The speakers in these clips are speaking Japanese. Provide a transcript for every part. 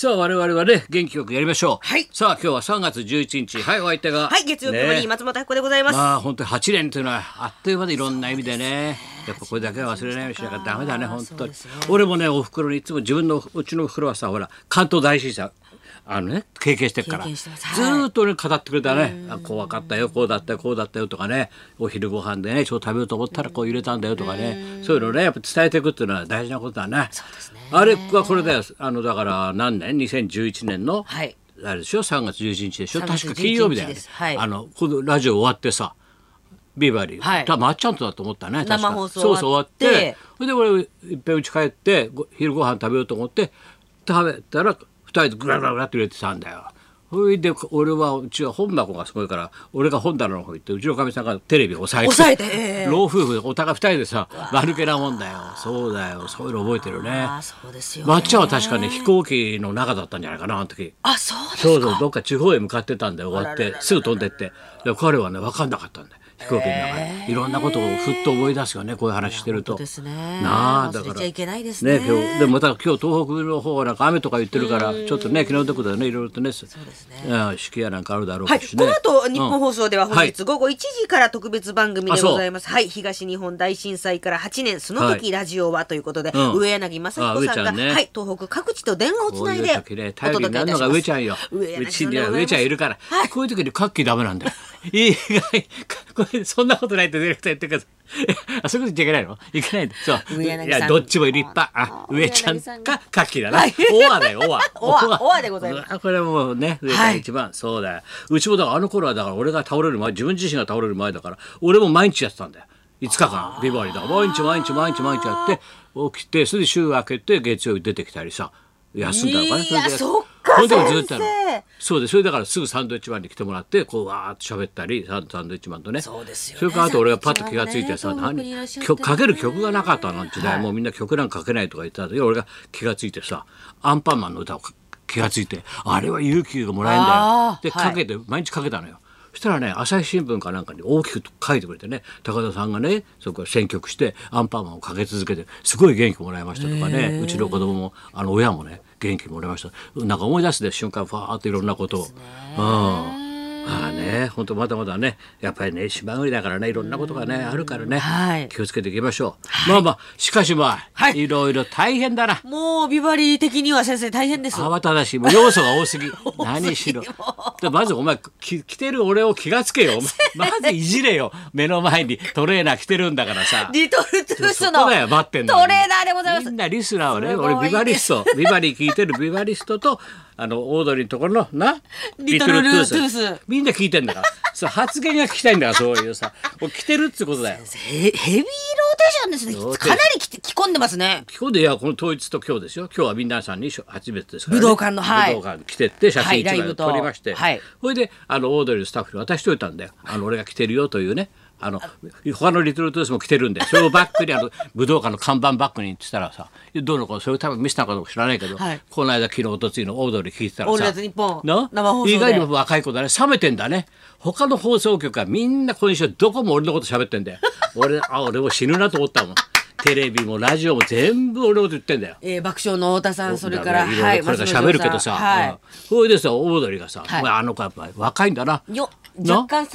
さあ我々はね元気よくやりましょう。 はいさあ今日は3月11日。はい、お相手がはい、月曜日終わり、松本明子でございます。 まあ本当に8年というのはあっという間でいろんな意味でね、やっぱこれだけは忘れないようにしなきゃダメだね本当に、俺もねお袋にいつも自分のうちのお袋はさ、ほら関東大震災経験してるからずーっとね語ってくれたね。こう分かったよ、こうだったよ、こうだったよとかね、お昼ご飯でねちょっと食べようと思ったらこう入れたんだよとかね、そういうのねやっぱ伝えていくっていうのは大事なことだね。あれはこれだよ。だから何年2011年の、あれでしょ、3月11日でしょ、確か金曜日だよね。このラジオ終わってさ、ビバリー、多分まっちゃんとだと思ったね、確か生放送終わってそれで俺いっぺん家帰って昼ご飯食べようと思って食べたら2人でグラグラグラって入れてたんだよ。それで俺はうちは本箱がすごいから俺が本棚の方行って、うちのかみさんがテレビを押さえて、老夫婦でお互い2人でさ丸けなもんだよ。そうだよ、そういうの覚えてるね。 そうですよね。 まっちゃんは確かね飛行機の中だったんじゃないかな、あの時。 そうですか。 そうどっか地方へ向かってたんだよ。終わってすぐ飛んでって、で彼はね分かんなかったんだよ、飛行機の中で。いろんなことをふっと思い出すよね、こういう話してると。 なあ、だから忘れちゃいけないですね。 今日でもまた今日東北の方はなんか雨とか言ってるから、ちょっとね気の毒だよね、いろいろとね。四季やなんかあるだろうしね。 この後日本放送では本日午後1時から特別番組でございます。東日本大震災から8年、その時ラジオはということで、上柳正彦さんが東北各地と電話をつないでお届けいたします。頼りになるのが上ちゃんよ。うちには上ちゃんいるから、こういう時にカッキーダメなんだよ。意外これそんなことないってディレクター言ってるけど、そういうこと言っちゃいけないの？いけないんだ。そう。いやどっちも立派。上ちゃんかカッキーだな。オアだよ、オア。 オアでございます。 これもうね、上ちゃん一番、そうだよ。うちもだからあの頃はだから俺が倒れる前、自分自身が倒れる前だから、俺も毎日やってたんだよ。5日間ビバリーだから毎日やって起きて、それで週明けて月曜日出てきたりさ、休んだのかね。それでそっか先生。 そうで、それだからすぐサンドイッチマンに来てもらってこうわーっと喋ったり、サンドイッチマンとね。 そうですよね。 それからあと俺がパッと気がついてさ、かける曲がなかったなんて時代、もうみんな曲なんかかけないとか言ってたんだけど、俺が気がついてさ、アンパンマンの歌を気がついて、あれは勇気がもらえるんだよでかけて、毎日かけたのよ。そしたらね、朝日新聞かなんかに大きく書いてくれてね、高田さんがねそこ選曲してアンパンマンをかけ続けてすごい元気もらいましたとかね、うちの子供も親もね元気もらいました。なんか思い出すで瞬間ファーっといろんなことを。まあね、本当まだまだね、やっぱりね島国だからね、いろんなことがねあるからね、気をつけていきましょう。まあしかしいろいろ大変だな。 もうビバリー的には先生大変です。 慌ただしい、もう要素が多すぎ何しろ。まずお前着てる俺を気がつけよ。まずいじれよ。目の前にトレーナー着てるんだからさ。 リトルトゥースのトレーナーでございます。 みんなリスナーはね、俺ビバリスト、ビバリー聞いてるビバリストとオードリーのところのなリトルトゥースみんな聞いてんだからそう発言が聞きたいんだから、そういうさ着てるってことだよ。 ヘビーローテーションですね。かなり着込んでますね。 着込んで、いやこの統一と今日ですよ。今日は皆さんに初めてですからね、 武道館の武道館着てって写真一枚撮りまして、それでオードリーのスタッフに渡しといたんだよ。俺が着てるよというね。他のリトルトゥースも着てるんで、それをバックに武道館の看板バックにって言ったらさ、どうのこうそれ多分見せたかどうか知らないけど、この間昨日おとついのオードリー聞いてたらさ、 オールナイトニッポン生放送で意外にも若い子だね、冷めてんだね。他の放送局はみんな今週どこも俺のこと喋ってんだよ。俺も死ぬなと思ったもん。テレビもラジオも全部俺のこと言ってんだよ。 爆笑の太田さん、それからこれから喋るけどさ、それでさオードリーがさ、あの子やっぱり若いんだな。 若干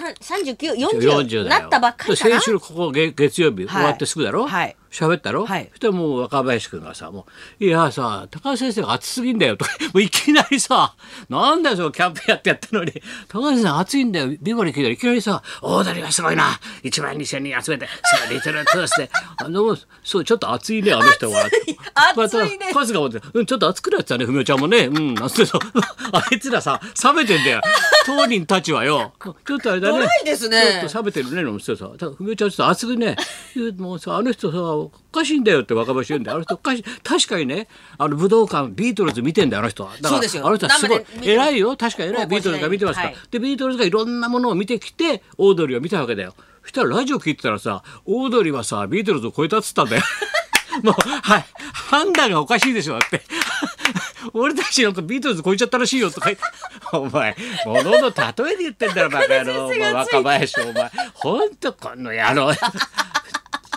39、40なったばっかりかな。 先週ここ月曜日終わってすぐだろ、喋ったろ、そしたらもう若林君がさ、もういやさ高橋先生が暑すぎんだよとかもういきなりさ、なんだよそのキャンプやってのに高橋先生暑いんだよビバリー聞いたらいきなりさ、オードリーがすごいな、1万2000人集めてリトルトゥースでそうちょっと暑いねあの人は。 暑いね。 春日もちょっと暑くなってたね、文雄ちゃんもね、なんてあいつらさ冷めてんだよ当人たちはよ。ちょっとあれだね。 ドライですね。 ちょっと冷めてるねのしてさ、ふみおちゃんちょっと熱くね、もうさあの人さおかしいんだよって若林言うんだよ。あの人おかしい。確かにね、武道館ビートルズ見てんだよあの人は。だからあの人はすごい偉いよ。確かに偉い。ビートルズが見てますから。でビートルズがいろんなものを見てきてオードリーを見たわけだよ。そしたらラジオ聞いてたらさ、オードリーはさビートルズを超えたっつったんだよ。もう判断がおかしいでしょだって俺たちなんかビートルズ超えちゃったらしいよとか言ってお前ものの例えで言ってんだろバカ野郎。若林お前ほんとこの野郎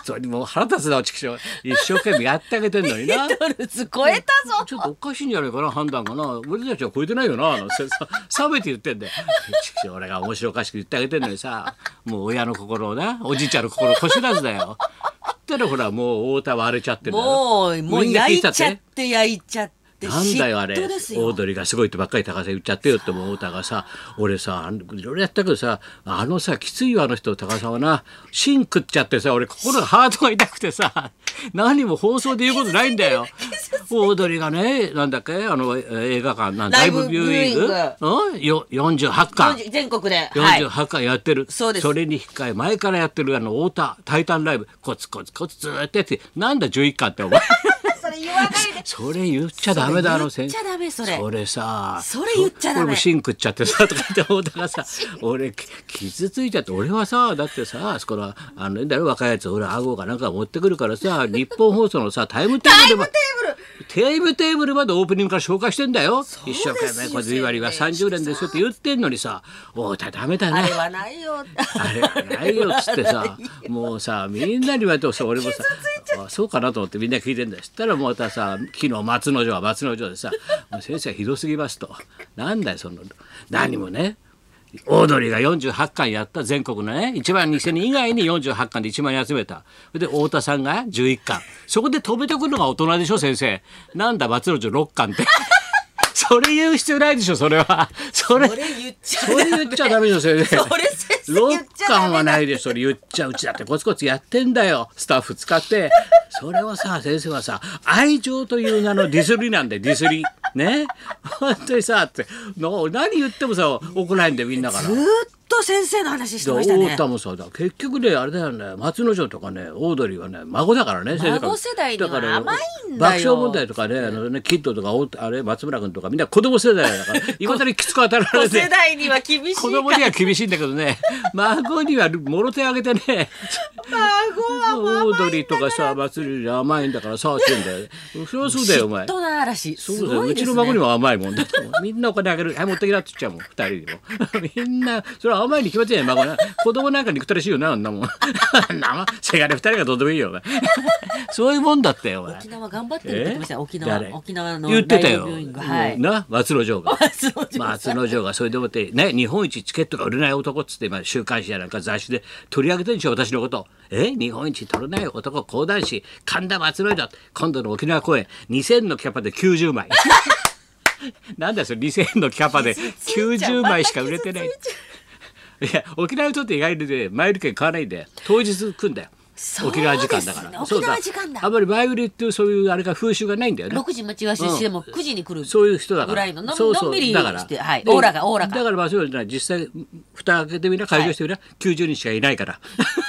当にもう腹立つなちくしょう。一生懸命やってあげてんのにな。 リトルズ超えたぞ。 ちょっとおかしいんじゃないかな判断がな。俺たちは超えてないよな。冷めて言ってんだよ。ちくしょう俺が面白おかしく言ってあげてんのにさ、もう親の心をな、おじいちゃんの心をこしらずだよ。そしたらほらもう太田割れちゃってるんだよ。 もう焼いちゃって焼いちゃって。 なんだよあれ、オードリーがすごいってばっかり高瀬言っちゃってよってもう太田がさ、俺さいろいろやったけどさ、さきついよあの人高さはな、芯食っちゃってさ、俺心がハートが痛くてさ、何も放送で言うことないんだよ。オードリーがね、なんだっけ映画館ライブビューイング、48巻全国で 48巻やってる、 それに引っ換え前からやってる太田タイタンライブコツコツコツずーっとやって、なんだ11巻ってお前それ言わないで。 それ言っちゃダメだ言っちゃダメそれ。 それさ、 それ言っちゃダメ。 俺も芯食っちゃってさとか言って太田がさ、俺傷ついちゃって、俺はさだってさ、そこのだろ若いやつ俺顎かなんか持ってくるからさ、日本放送のさタイムテーブルまでオープニングから紹介してんだよ。一生懸命これビバリーは30年ですよって言ってんのにさ、太田ダメだね。 あれはないよ。 あれはないよっつってさ、もうさみんなに言われてもさ、俺もさそうかなと思ってみんな聞いてんだよ。そしたらもうまたさ、昨日松之丞でさ「先生ひどすぎます」と「なんだよその何もね、オードリーが48巻やった全国のね1万2000人以外に48巻で1万人集めた。で太田さんが11巻、そこで止めてくるのが大人でしょ先生。なんだ松之丞6巻ってそれ言う必要ないでしょそれは。それ言っちゃダメでしょ先生。6巻はないでしょそれ言っちゃ。うちだってコツコツやってんだよスタッフ使って。それはさ先生はさ愛情という名のディスりなんだよ、ディスりね。本当にさって何言ってもさ怒らないんだよみんなから。 ずっと先生の話してましたね。 太田もさ結局ねあれだよね、松之丞とかねオードリーはね孫だからね。 孫世代には甘いんだよ。 爆笑問題とかねキッドとか松村君とかみんな子供世代だからいまだにきつく当たられて世代には厳しい。 子供には厳しいんだけどね孫にはもろ手あげてね孫はオードリーとかさ松村に甘いんだからさって言うんだよ。そりゃそうだよお前。 嫉妬の嵐。 そうだよ、うちの孫にも甘いもんだってみんなお金あげる、はい持ってきなって言っちゃうもん2人にもみんなそれは甘いに決まってんやん孫な。子供なんか憎たらしいよなあんなもんせがれ2人がどうでもいいよお前そういうもんだってお前。 沖縄頑張ってるって言ってました。沖縄の言ってたよ、 はい、 な松之丞がそれでもってね、日本一チケットが売れない男っつって今週刊誌やなんか雑誌で取り上げてるんでしょ私のこと。日本一取れない男講談師神田松之丞、今度の沖縄公演2000のキャパで90枚なんだよそれ2000のキャパで90枚しか売れてない。いや沖縄にとって意外にねマイル券買わないんで当日来んだよ。沖縄時間だから。 沖縄時間だ。 あんまり前売りっていうそういうあれが風習がないんだよね。 6時待ち合わせしても9時に来るそういう人だからぐらいののんびりして、はい、オーラがだからまあそうじゃない、実際蓋開けてみな開業してみな、90人しかいないから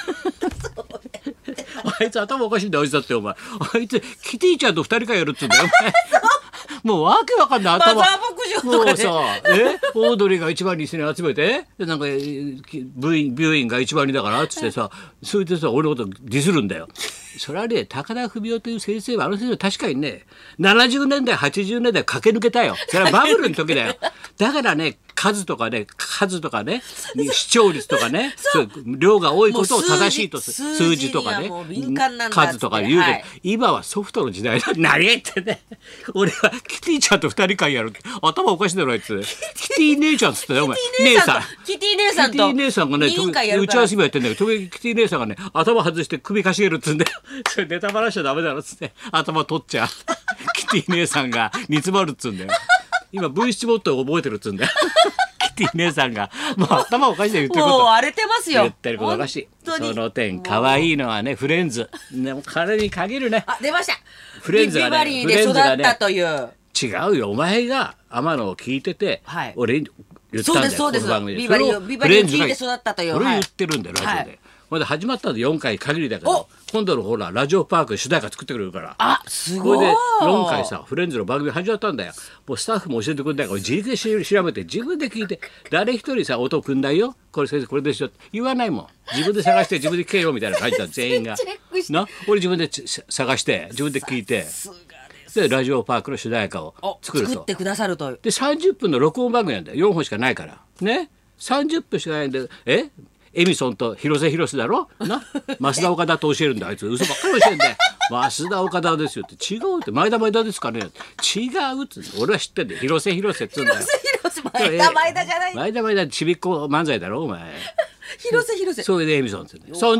あいつ頭おかしいんだよあいつだってお前。あいつキティちゃんと2人からやるっつうんだよお前もうわけわかんない頭。 マザー牧場とかね。 もうさオードリーが1万2000人集めてでなんかビューインが1万人だからっつってさそれでさ俺のことディスるんだよ。それはね高田文夫という先生は先生は確かにね70年代80年代駆け抜けたよ。それはバブルの時だよ。だからね数とかね視聴率とかねそう量が多いことを正しいと数字とかね数とか言うけど、はい、今はソフトの時代だ。何言ってね俺はキティちゃんと2人会やるって頭おかしいだろあいつ。キティ姉ちゃんっつったよお前。姉さんキティ姉さんと姉さんがね打ち合わせもやってんだけどキティ姉さんがね頭外して首かしげるっつうんだよ。それネタバラしちゃダメだろっつって頭取っちゃうキティ姉さんが煮詰まるっつうんだよ。今 V7 ボットを覚えてるっつうんだよキティ姉さんがもう頭おかしいで言ってることもう荒れてますよ。 言ってることおかしい。その点可愛いのはねフレンズでも彼に限るね。 あ出ました。 フレンズがねビバリーで育ったという。 違うよお前が天野を聞いてて、 はい、 俺に言ったんだよそうですこの番組で。 ビバリーを聞いて育ったという。 それを言ってるんだよラジオで、はい、これで始まったので4回限りだけど今度のほらラジオパーク主題歌作ってくれるから。 あすごい。 これで4回さフレンズの番組始まったんだよ。もうスタッフも教えてくれないから自力で調べて自分で聞いて誰一人さ音組んないよこれ先生これでしょって言わないもん。自分で探して自分で聞けよみたいな感じだ全員がな。俺自分で探して自分で聞いてでラジオパークの主題歌を作ると。 作ってくださると。 で30分の録音番組なんだよ。4本しかないからね。30分しかないんでエミソンと広瀬広瀬だろな増田岡田と教えるんだあいつ嘘ばっかり教えるんだよ増田岡田ですよって違うって前田ですかね違うっつって俺は知ってんだよ広瀬広瀬っつうんだよ広瀬前田じゃない前田ちびっこ漫才だろお前広瀬それでエミソンって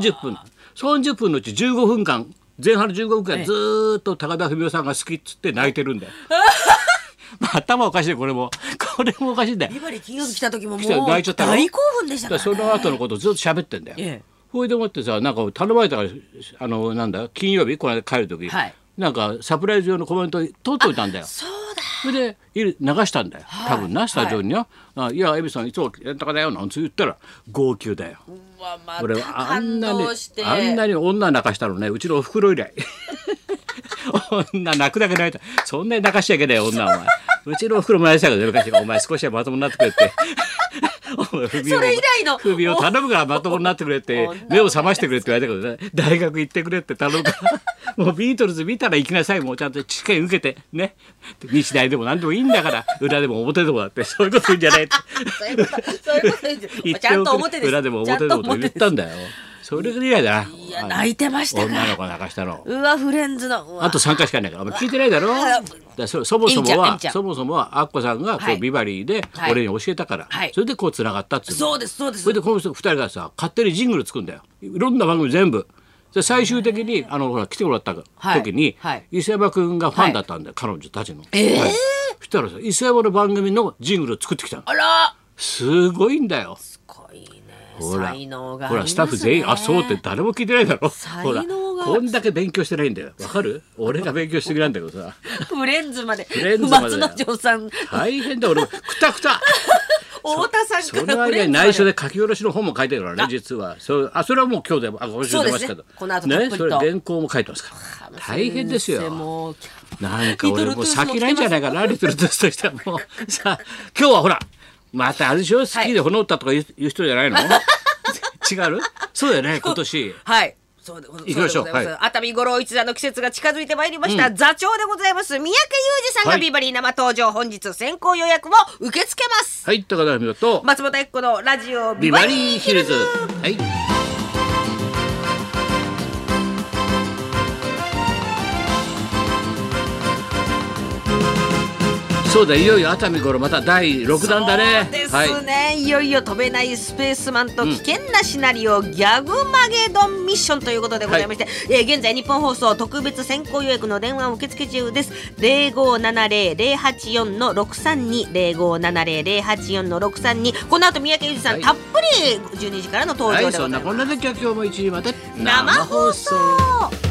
30分のうち15分間前半の15分間ずーっと高田文夫さんが好きっつって泣いてるんだよ頭おかしいこれもおかしいんだよ。 ビバリー金曜日来た時ももう大興奮でしたからね。 その後のことをずっと喋ってんだよ。ほいでもってさなんか頼まれたからなんだ金曜日この間帰る時、なんかサプライズ用のコメント取っといたんだよ。 そうだ。 それで流したんだよ。多分なスタジオによ。いやエビさんいつもやったかだよなんて言ったら号泣だよ。 俺はあんなに女泣かしたのねうちのおふくろ以来。女泣くだけ泣いたそんなに泣かしちゃいけないよ女お前うちのおふくろもやってたけど昔お前少しはまともになってくれってそれ以来の首を頼むからまともになってくれって目を覚ましてくれって言われたけどね大学行ってくれって頼むからもうビートルズ見たら行きなさいもうちゃんと試験受けてね日大でも何でもいいんだから裏でも表でもだってそういうこと言うんじゃないってそういうこと言ってちゃんと表です裏でも表でもと言ったんだよそれぐらいだな。 いや泣いてましたか女の子泣かしたの。 うわフレンズのあと3回しかないからお前聞いてないだろそもそもはアッコさんがこうビバリーで俺に教えたから、それでこうつながったっつうの。 そうですそうです。 それでこの2人がさ勝手にジングル作るんだよいろんな番組全部で最終的にほら来てもらった時に、磯山君がファンだったんだよ、彼女たちの。そしたらさ磯山の番組のジングルを作ってきたの。 あらすごいんだよ。 すごいね。 ほら才能がありますね。 スタッフ全員あそうって誰も聞いてないだろ。 才能がこんだけ勉強してないんだよわかる俺が勉強してくれないんだけどさフレンズまで松之丞さん大変だ俺もくたくた太田さんからその間に内緒で書き下ろしの本も書いてるからね実はそれはもう今日で今週出ますけどこの後たっぷりとそれ原稿も書いてますから大変ですよなんか俺もう先ないんじゃないかなリトルトゥースとしてはもうさ今日はほらまたあれでしょ好きで骨折ったとか言う人じゃないの違うそうだよね今年はいそうでございます。熱海五郎一座の季節が近づいてまいりました、座長でございます三宅裕二さんがビバリー生登場、本日先行予約を受け付けますはい高田文夫と松本明子のラジオビバリーヒルズはいそうだいよいよ熱海頃また第6弾だね。 そうですね、いよいよ飛べないスペースマンと危険なシナリオ、ギャグマゲドンミッションということでございまして、現在日本放送特別先行予約の電話を受付中です。0570-084-632 0570-084-632この後三宅裕二さん、たっぷり12時からの登場でございます。 そんなこんなで今日も1時まで生放送。